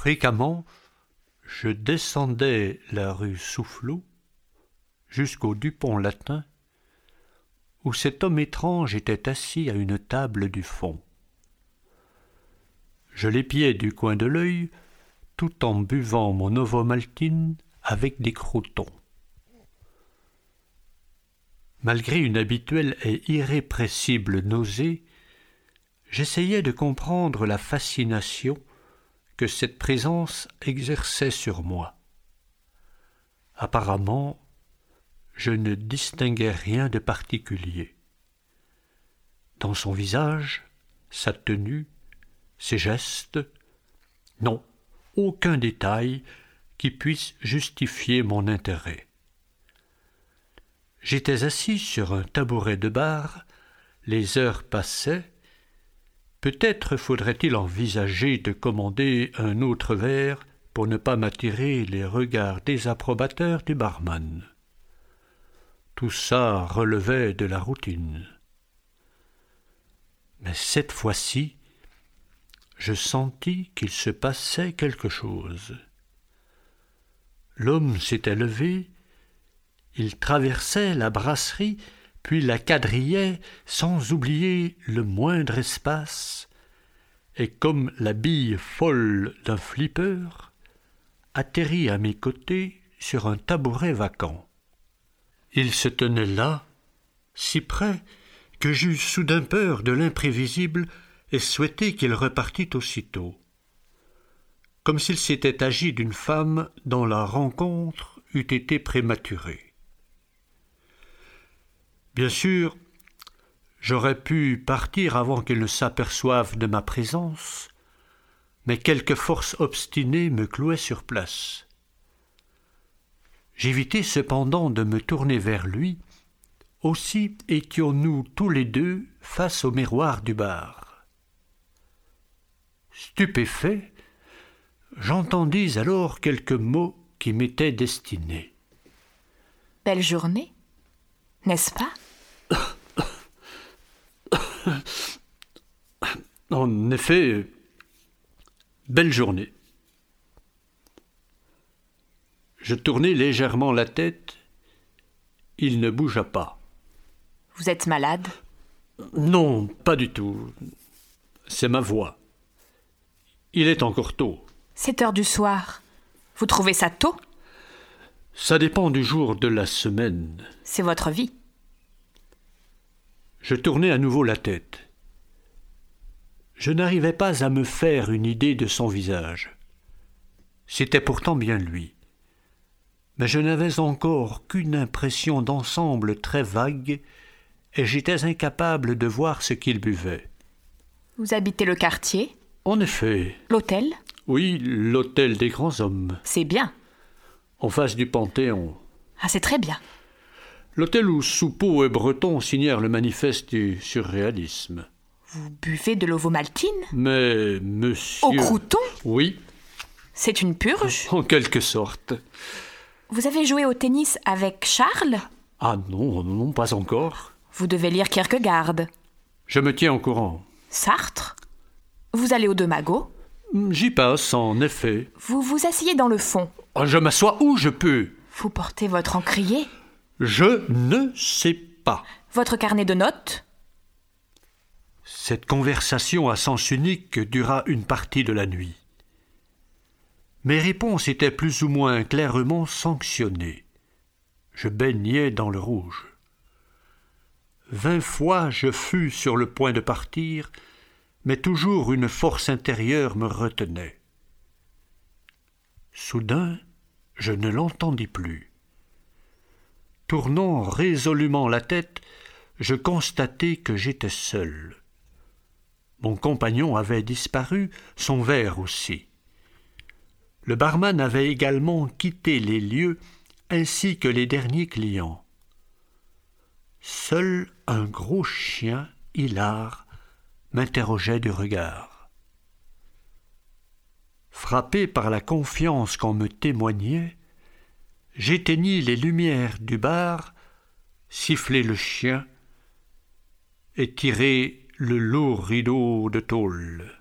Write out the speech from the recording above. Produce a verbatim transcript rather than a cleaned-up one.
Fréquemment, je descendais la rue Soufflot jusqu'au Dupont latin, où cet homme étrange était assis à une table du fond. Je l'épiais du coin de l'œil, tout en buvant mon ovomaltine avec des crotons. Malgré une habituelle et irrépressible nausée, j'essayais de comprendre la fascination que cette présence exerçait sur moi. Apparemment, je ne distinguais rien de particulier. Dans son visage, sa tenue, ses gestes, non, aucun détail qui puisse justifier mon intérêt. J'étais assis sur un tabouret de bar, les heures passaient. Peut-être faudrait-il envisager de commander un autre verre pour ne pas m'attirer les regards désapprobateurs du barman. Tout ça relevait de la routine. Mais cette fois-ci, je sentis qu'il se passait quelque chose. L'homme s'était levé, il traversait la brasserie, puis la quadrillait sans oublier le moindre espace, et comme la bille folle d'un flipper, atterrit à mes côtés sur un tabouret vacant. Il se tenait là, si près, que j'eus soudain peur de l'imprévisible et souhaitai qu'il repartît aussitôt, comme s'il s'était agi d'une femme dont la rencontre eût été prématurée. Bien sûr, j'aurais pu partir avant qu'il ne s'aperçoive de ma présence, mais quelque force obstinée me clouait sur place. J'évitai cependant de me tourner vers lui, aussi étions-nous tous les deux face au miroir du bar. Stupéfait, j'entendis alors quelques mots qui m'étaient destinés. « Belle journée, n'est-ce pas ?» En effet, belle journée. Je tournai légèrement la tête. Il ne bougea pas. Vous êtes malade ? Non, pas du tout. C'est ma voix. Il est encore tôt. Sept heures du soir. Vous trouvez ça tôt ? Ça dépend du jour de la semaine. C'est votre vie. Je tournai à nouveau la tête. Je n'arrivais pas à me faire une idée de son visage. C'était pourtant bien lui. Mais je n'avais encore qu'une impression d'ensemble très vague et j'étais incapable de voir ce qu'il buvait. Vous habitez le quartier ? En effet. L'hôtel ? Oui, l'hôtel des grands hommes. C'est bien. En face du Panthéon. Ah, c'est très bien. L'hôtel où Soupeau et Breton signèrent le manifeste du surréalisme. Vous buvez de l'ovomaltine ? Mais, monsieur... Au crouton ? Oui. C'est une purge ? En quelque sorte. Vous avez joué au tennis avec Charles ? Ah non, non, pas encore. Vous devez lire Kierkegaard. Je me tiens au courant. Sartre ? Vous allez au De Mago ? J'y passe, en effet. Vous vous asseyez dans le fond. Je m'assois où je peux. Vous portez votre encrier ? Je ne sais pas. Votre carnet de notes ? Cette conversation à sens unique dura une partie de la nuit. Mes réponses étaient plus ou moins clairement sanctionnées. Je baignais dans le rouge. Vingt fois je fus sur le point de partir, mais toujours une force intérieure me retenait. Soudain, je ne l'entendis plus. Tournant résolument la tête, je constatai que j'étais seul. Mon compagnon avait disparu, son verre aussi. Le barman avait également quitté les lieux, ainsi que les derniers clients. Seul un gros chien, hilar, m'interrogeait du regard. Frappé par la confiance qu'on me témoignait, j'éteignis les lumières du bar, sifflai le chien et tirai le lourd rideau de tôle.